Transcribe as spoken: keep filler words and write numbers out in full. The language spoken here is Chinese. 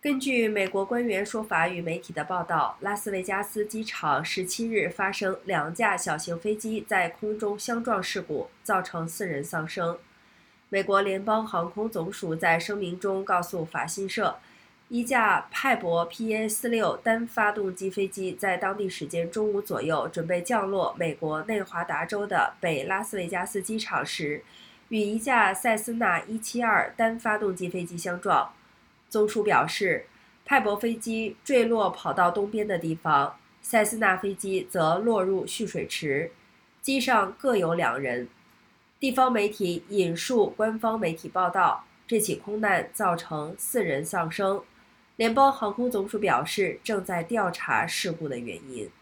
根据美国官员说法与媒体的报道，拉斯维加斯机场十七日发生两架小型飞机在空中相撞事故，造成四人丧生。美国联邦航空总署在声明中告诉法新社，一架派博 P A 四十六 单发动机飞机在当地时间中午左右准备降落美国内华达州的北拉斯维加斯机场时，与一架塞斯纳一七二单发动机飞机相撞。总署表示，派博飞机坠落跑道东边的地方，塞斯纳飞机则落入蓄水池，机上各有两人。地方媒体引述官方媒体报道，这起空难造成四人丧生。联邦航空总署表示，正在调查事故的原因。